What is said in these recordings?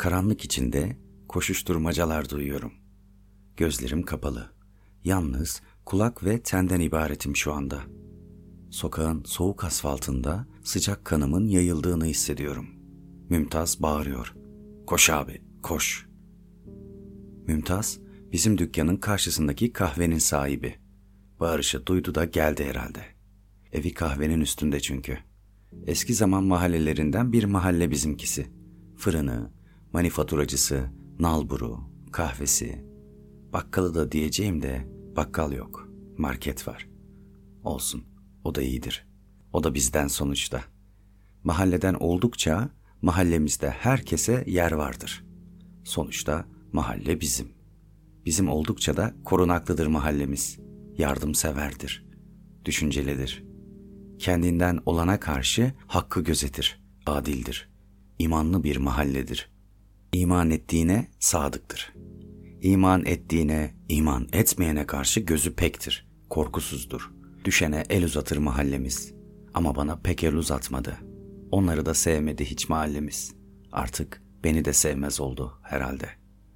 Karanlık içinde koşuşturmacalar duyuyorum. Gözlerim kapalı. Yalnız kulak ve tenden ibaretim şu anda. Sokağın soğuk asfaltında sıcak kanımın yayıldığını hissediyorum. Mümtaz bağırıyor. Koş abi, koş. Mümtaz bizim dükkanın karşısındaki kahvenin sahibi. Bağırışı duydu da geldi herhalde. Evi kahvenin üstünde çünkü. Eski zaman mahallelerinden bir mahalle bizimkisi. Fırını, manifaturacısı, nalburu, kahvesi. Bakkalı da diyeceğim de bakkal yok. Market var. Olsun, o da iyidir. O da bizden sonuçta. Mahalleden oldukça mahallemizde herkese yer vardır. Sonuçta mahalle bizim. Bizim oldukça da korunaklıdır mahallemiz. Yardımseverdir. Düşüncelidir. Kendinden olana karşı hakkı gözetir. Adildir. İmanlı bir mahalledir. İman ettiğine sadıktır. İman ettiğine, iman etmeyene karşı gözü pektir. Korkusuzdur. Düşene el uzatır mahallemiz. Ama bana pek el uzatmadı. Onları da sevmedi hiç mahallemiz. Artık beni de sevmez oldu herhalde.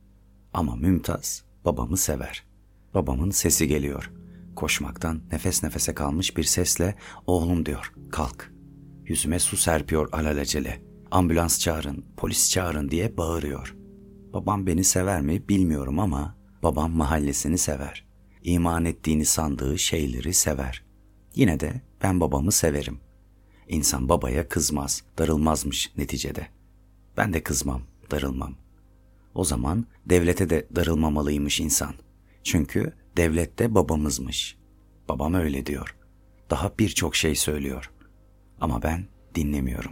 Ama Mümtaz babamı sever. Babamın sesi geliyor. Koşmaktan nefes nefese kalmış bir sesle oğlum diyor, kalk. Yüzüme su serpiyor alelacele. Ambulans çağırın, polis çağırın diye bağırıyor. Babam beni sever mi bilmiyorum ama babam mahallesini sever. İman ettiğini sandığı şeyleri sever. Yine de ben babamı severim. İnsan babaya kızmaz, darılmazmış neticede. Ben de kızmam, darılmam. O zaman devlete de darılmamalıymış insan. Çünkü devlet de babamızmış. Babam öyle diyor. Daha birçok şey söylüyor. Ama ben dinlemiyorum.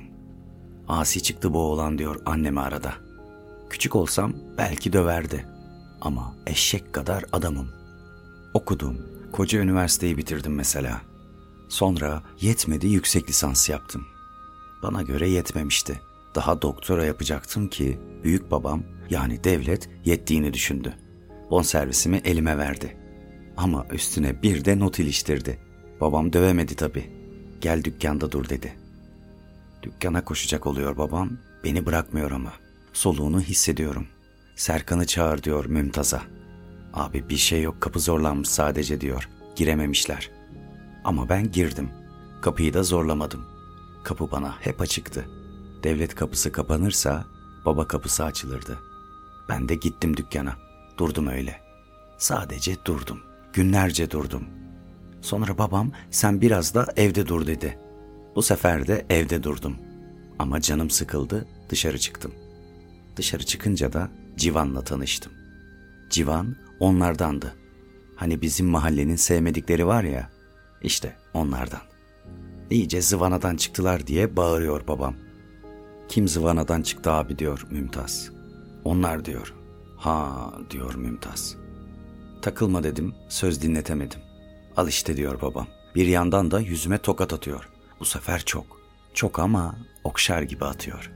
Asi çıktı bu oğlan diyor anneme arada. Küçük olsam belki döverdi. Ama eşek kadar adamım. Okudum. Koca üniversiteyi bitirdim mesela. Sonra yetmedi yüksek lisans yaptım. Bana göre yetmemişti. Daha doktora yapacaktım ki büyük babam yani devlet yettiğini düşündü. Bonservisimi elime verdi. Ama üstüne bir de not iliştirdi. Babam dövemedi tabii. Gel dükkanda dur dedi. Dükkana koşacak oluyor babam. Beni bırakmıyor ama. Soluğunu hissediyorum. Serkan'ı çağır diyor Mümtaz'a. Abi bir şey yok, kapı zorlanmış sadece diyor. Girememişler. Ama ben girdim. Kapıyı da zorlamadım. Kapı bana hep açıktı. Devlet kapısı kapanırsa baba kapısı açılırdı. Ben de gittim dükkana. Durdum öyle. Sadece durdum. Günlerce durdum. Sonra babam sen biraz da evde dur dedi. Bu sefer de evde durdum. Ama canım sıkıldı, dışarı çıktım. Dışarı çıkınca da Civan'la tanıştım. Civan onlardandı. Hani bizim mahallenin sevmedikleri var ya, işte onlardan. İyice zıvanadan çıktılar diye bağırıyor babam. Kim zıvanadan çıktı abi diyor Mümtaz. Onlar diyor. Ha diyor Mümtaz. Takılma dedim, söz dinletemedim. Al işte diyor babam. Bir yandan da yüzüme tokat atıyor. Bu sefer çok. Çok ama okşar gibi atıyor.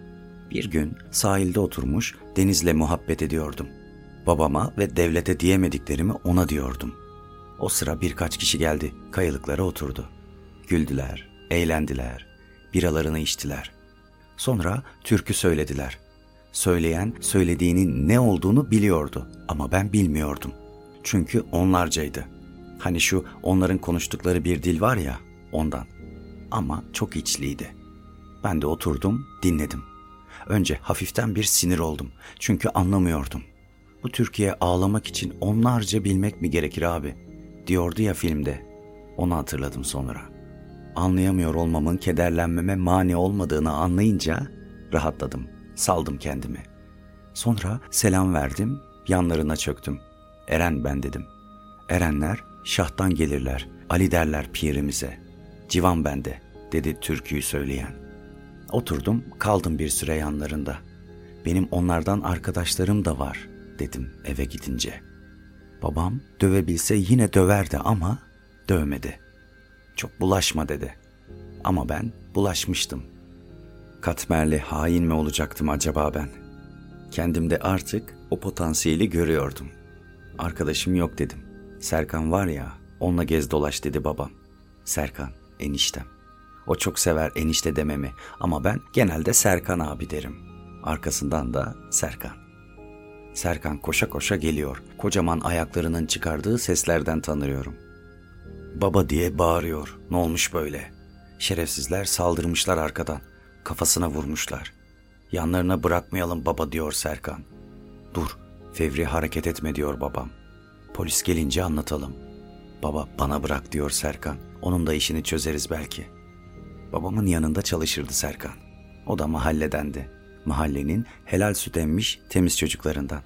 Bir gün sahilde oturmuş denizle muhabbet ediyordum. Babama ve devlete diyemediklerimi ona diyordum. O sıra birkaç kişi geldi, kayalıklara oturdu. Güldüler, eğlendiler, biralarını içtiler. Sonra türkü söylediler. Söyleyen söylediğinin ne olduğunu biliyordu ama ben bilmiyordum. Çünkü onlarcaydı. Hani şu onların konuştukları bir dil var ya, ondan. Ama çok içliydi. Ben de oturdum, dinledim. Önce hafiften bir sinir oldum. Çünkü anlamıyordum. Bu türküye ağlamak için onlarca bilmek mi gerekir abi? Diyordu ya filmde. Onu hatırladım sonra. Anlayamıyor olmamın kederlenmeme mani olmadığını anlayınca rahatladım. Saldım kendimi. Sonra selam verdim, yanlarına çöktüm. Eren ben dedim. Erenler şahtan gelirler, Ali derler pirimize. Civan bende dedi türküyü söyleyen. Oturdum, kaldım bir süre yanlarında. Benim onlardan arkadaşlarım da var dedim eve gidince. Babam dövebilse yine döverdi ama dövmedi. Çok bulaşma dedi. Ama ben bulaşmıştım. Katmerli hain mi olacaktım acaba ben? Kendimde artık o potansiyeli görüyordum. Arkadaşım yok dedim. Serkan var ya, onunla gez dolaş dedi babam. Serkan, eniştem. O çok sever enişte dememi ama ben genelde Serkan abi derim. Arkasından da Serkan. Serkan koşa koşa geliyor. Kocaman ayaklarının çıkardığı seslerden tanıyorum. Baba diye bağırıyor. Ne olmuş böyle? Şerefsizler saldırmışlar arkadan. Kafasına vurmuşlar. Yanlarına bırakmayalım baba diyor Serkan. Dur, fevri hareket etme diyor babam. Polis gelince anlatalım. Baba bana bırak diyor Serkan. Onun da işini çözeriz belki. Babamın yanında çalışırdı Serkan. O da mahalledendi. Mahallenin helal süt emmiş temiz çocuklarından.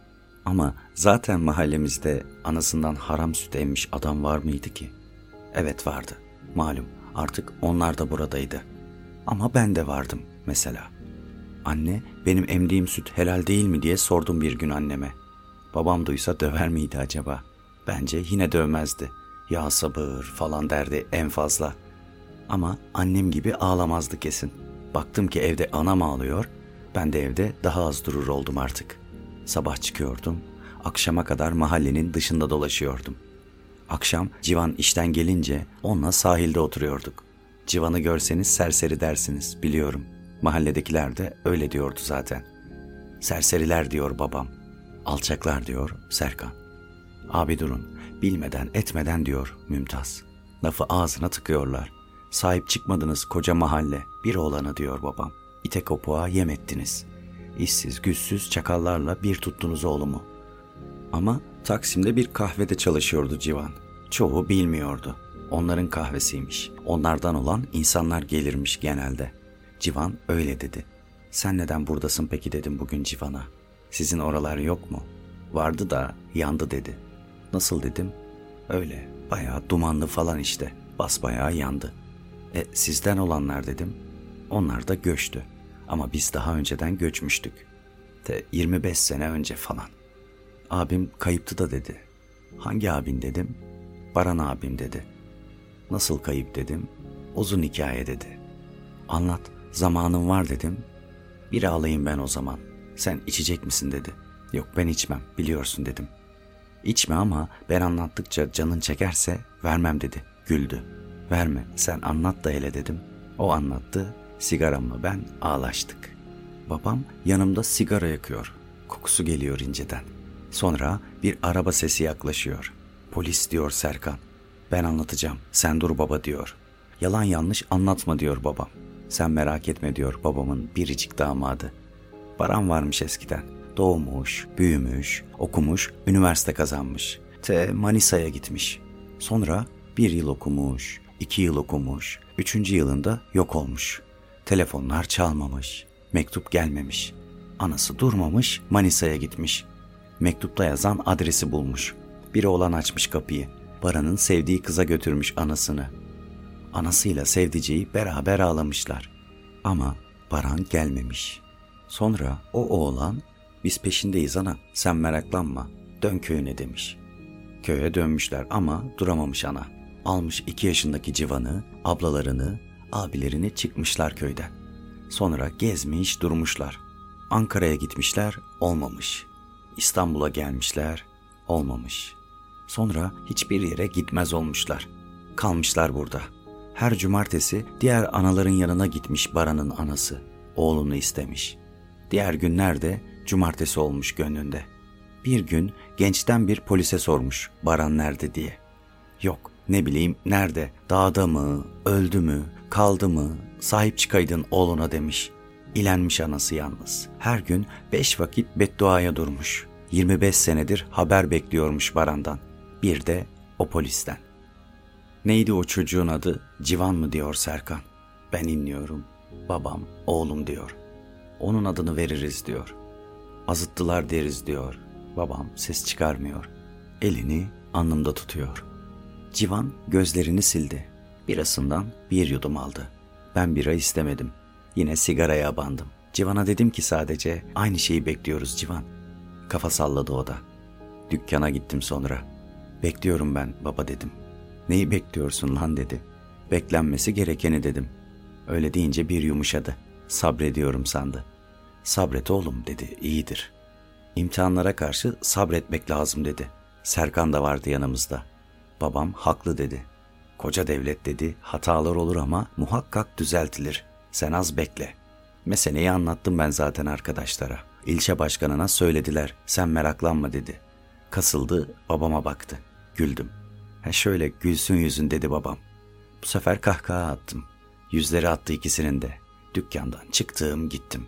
Ama zaten mahallemizde anasından haram süt emmiş adam var mıydı ki? Evet vardı. Malum artık onlar da buradaydı. Ama ben de vardım mesela. Anne, benim emdiğim süt helal değil mi diye sordum bir gün anneme. Babam duysa döver miydi acaba? Bence yine dövmezdi. Ya sabır falan derdi en fazla. Ama annem gibi ağlamazdı kesin. Baktım ki evde anam ağlıyor, ben de evde daha az durur oldum artık. Sabah çıkıyordum, akşama kadar mahallenin dışında dolaşıyordum. Akşam Civan işten gelince onunla sahilde oturuyorduk. Civan'ı görseniz serseri dersiniz, biliyorum. Mahalledekiler de öyle diyordu zaten. Serseriler diyor babam. Alçaklar diyor Serkan. Abi durun, bilmeden etmeden diyor Mümtaz. Lafı ağzına tıkıyorlar. Sahip çıkmadınız koca mahalle, bir oğlana diyor babam. İte kopuğa yem ettiniz. İşsiz güçsüz çakallarla bir tuttunuz oğlumu. Ama Taksim'de bir kahvede çalışıyordu Civan. Çoğu bilmiyordu. Onların kahvesiymiş. Onlardan olan insanlar gelirmiş genelde. Civan öyle dedi. Sen neden buradasın peki dedim bugün Civan'a. Sizin oralar yok mu? Vardı da yandı dedi. Nasıl dedim? Öyle bayağı dumanlı falan işte. Basbayağı yandı. Sizden olanlar dedim. Onlar da göçtü. Ama biz daha önceden göçmüştük. 25 sene önce falan. Abim kayıptı da dedi. Hangi abin dedim. Baran abim dedi. Nasıl kayıp dedim. Uzun hikaye dedi. Anlat, zamanın var dedim. Bir alayım ben o zaman. Sen içecek misin dedi. Yok ben içmem biliyorsun dedim. İçme ama ben anlattıkça canın çekerse vermem dedi. Güldü. Verme sen anlat da hele dedim. O anlattı. Sigaramla ben ağlaştık. Babam yanımda sigara yakıyor. Kokusu geliyor inceden. Sonra bir araba sesi yaklaşıyor. Polis diyor Serkan. Ben anlatacağım. Sen dur baba diyor. Yalan yanlış anlatma diyor babam. Sen merak etme diyor babamın biricik damadı. Baran varmış eskiden. Doğmuş, büyümüş, okumuş, üniversite kazanmış. Manisa'ya gitmiş. Sonra 1 yıl okumuş, 2 yıl okumuş, 3. yılında yok olmuş. Telefonlar çalmamış, mektup gelmemiş. Anası durmamış, Manisa'ya gitmiş. Mektupta yazan adresi bulmuş. Bir oğlan açmış kapıyı. Baran'ın sevdiği kıza götürmüş anasını. Anasıyla sevdiceği beraber ağlamışlar. Ama Baran gelmemiş. Sonra o oğlan, biz peşindeyiz ana, sen meraklanma, dön köyüne demiş. Köye dönmüşler ama duramamış ana. Almış 2 yaşındaki Civan'ı, ablalarını, abilerini çıkmışlar köyden. Sonra gezmiş durmuşlar. Ankara'ya gitmişler, olmamış. İstanbul'a gelmişler, olmamış. Sonra hiçbir yere gitmez olmuşlar. Kalmışlar burada. Her cumartesi diğer anaların yanına gitmiş Baran'ın anası. Oğlunu istemiş. Diğer günlerde cumartesi olmuş gönlünde. Bir gün gençten bir polise sormuş Baran nerede diye. Yok ne bileyim nerede, dağda mı, öldü mü, kaldı mı, sahip çıkaydın oğluna demiş. İlenmiş anası yalnız. Her gün 5 vakit bedduaya durmuş. 25 senedir haber bekliyormuş Baran'dan. Bir de o polisten. Neydi o çocuğun adı? Civan mı diyor Serkan. Ben inliyorum. Babam, oğlum diyor. Onun adını veririz diyor. Azıttılar deriz diyor. Babam ses çıkarmıyor. Elini alnımda tutuyor. Civan gözlerini sildi. Birasından bir yudum aldı. Ben bira istemedim. Yine sigaraya abandım. Civan'a dedim ki sadece aynı şeyi bekliyoruz Civan. Kafa salladı o da. Dükkana gittim sonra. Bekliyorum ben baba dedim. Neyi bekliyorsun lan dedi. Beklenmesi gerekeni dedim. Öyle deyince bir yumuşadı. Sabrediyorum sandı. Sabret oğlum dedi, iyidir. İmtihanlara karşı sabretmek lazım dedi. Serkan da vardı yanımızda. Babam haklı dedi. Koca devlet dedi, hatalar olur ama muhakkak düzeltilir. Sen az bekle. Meseleyi anlattım ben zaten arkadaşlara. İlçe başkanına söylediler, sen meraklanma dedi. Kasıldı, babama baktı. Güldüm. Şöyle gülsün yüzün dedi babam. Bu sefer kahkaha attım. Yüzleri attı ikisinin de. Dükkandan çıktım gittim.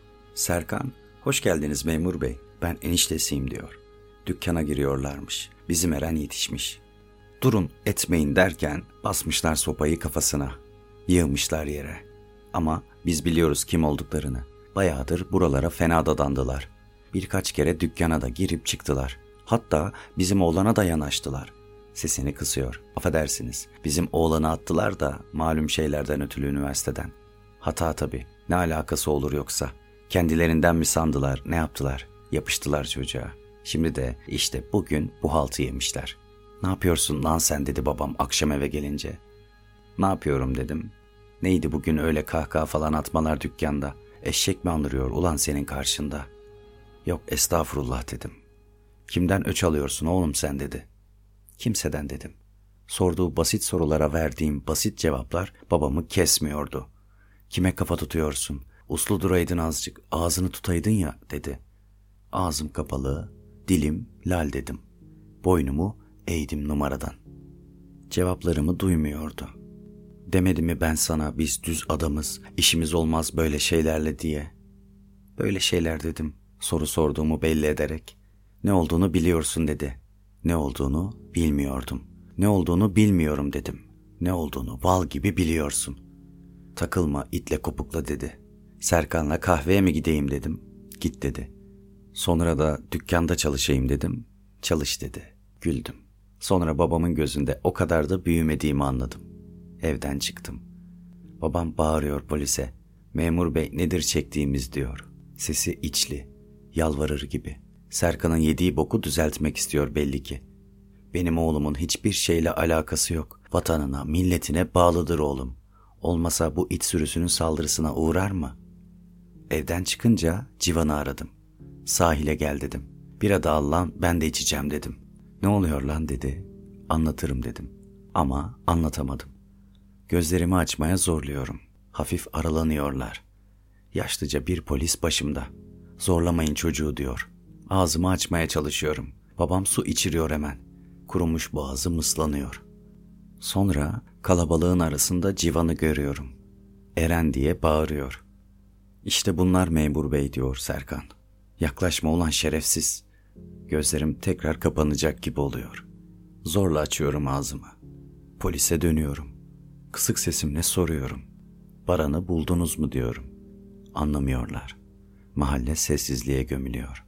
Serkan, hoş geldiniz memur bey. Ben eniştesiyim diyor. Dükkana giriyorlarmış. Bizim Eren yetişmiş. Durun etmeyin derken basmışlar sopayı kafasına. Yığmışlar yere. Ama biz biliyoruz kim olduklarını. Bayağıdır buralara fena dadandılar. Birkaç kere dükkana da girip çıktılar. Hatta bizim oğlana da yanaştılar. Sesini kısıyor. Affedersiniz. Bizim oğlanı attılar da malum şeylerden ötürü üniversiteden. Hata tabii. Ne alakası olur yoksa? Kendilerinden mi sandılar? Ne yaptılar? Yapıştılar çocuğa. Şimdi de işte bugün bu haltı yemişler. Ne yapıyorsun lan sen dedi babam akşam eve gelince. Ne yapıyorum dedim. Neydi bugün öyle kahkaha falan atmalar dükkanda? Eşek mi andırıyor ulan senin karşında? Yok estağfurullah dedim. Kimden öç alıyorsun oğlum sen dedi. Kimseden dedim. Sorduğu basit sorulara verdiğim basit cevaplar babamı kesmiyordu. Kime kafa tutuyorsun? Uslu duraydın azıcık, ağzını tutaydın ya dedi. Ağzım kapalı, dilim lal dedim. Boynumu eğdim numaradan. Cevaplarımı duymuyordu. Demedim mi ben sana biz düz adamız, işimiz olmaz böyle şeylerle diye. Böyle şeyler dedim, soru sorduğumu belli ederek. Ne olduğunu biliyorsun dedi. Ne olduğunu bilmiyordum. Ne olduğunu bilmiyorum dedim. Ne olduğunu bal gibi biliyorsun. Takılma itle kopukla dedi. Serkan'la kahveye mi gideyim dedim. Git dedi. Sonra da dükkanda çalışayım dedim. Çalış dedi. Güldüm. Sonra babamın gözünde o kadar da büyümediğimi anladım. Evden çıktım. Babam bağırıyor polise. Memur bey nedir çektiğimiz diyor. Sesi içli, yalvarır gibi. Serkan'ın yediği boku düzeltmek istiyor belli ki. Benim oğlumun hiçbir şeyle alakası yok. Vatanına, milletine bağlıdır oğlum. Olmasa bu it sürüsünün saldırısına uğrar mı? Evden çıkınca Civan'ı aradım. Sahile gel dedim. Bira da al lan ben de içeceğim dedim. Ne oluyor lan dedi. Anlatırım dedim. Ama anlatamadım. Gözlerimi açmaya zorluyorum. Hafif aralanıyorlar. Yaşlıca bir polis başımda. Zorlamayın çocuğu diyor. Ağzımı açmaya çalışıyorum. Babam su içiriyor hemen. Kurumuş boğazı mıslanıyor. Sonra kalabalığın arasında Civan'ı görüyorum. Eren diye bağırıyor. İşte bunlar memur bey diyor Serkan. Yaklaşma ulan şerefsiz. Gözlerim tekrar kapanacak gibi oluyor. Zorla açıyorum ağzımı. Polise dönüyorum. Kısık sesimle soruyorum. Baran'ı buldunuz mu diyorum. Anlamıyorlar. Mahalle sessizliğe gömülüyor.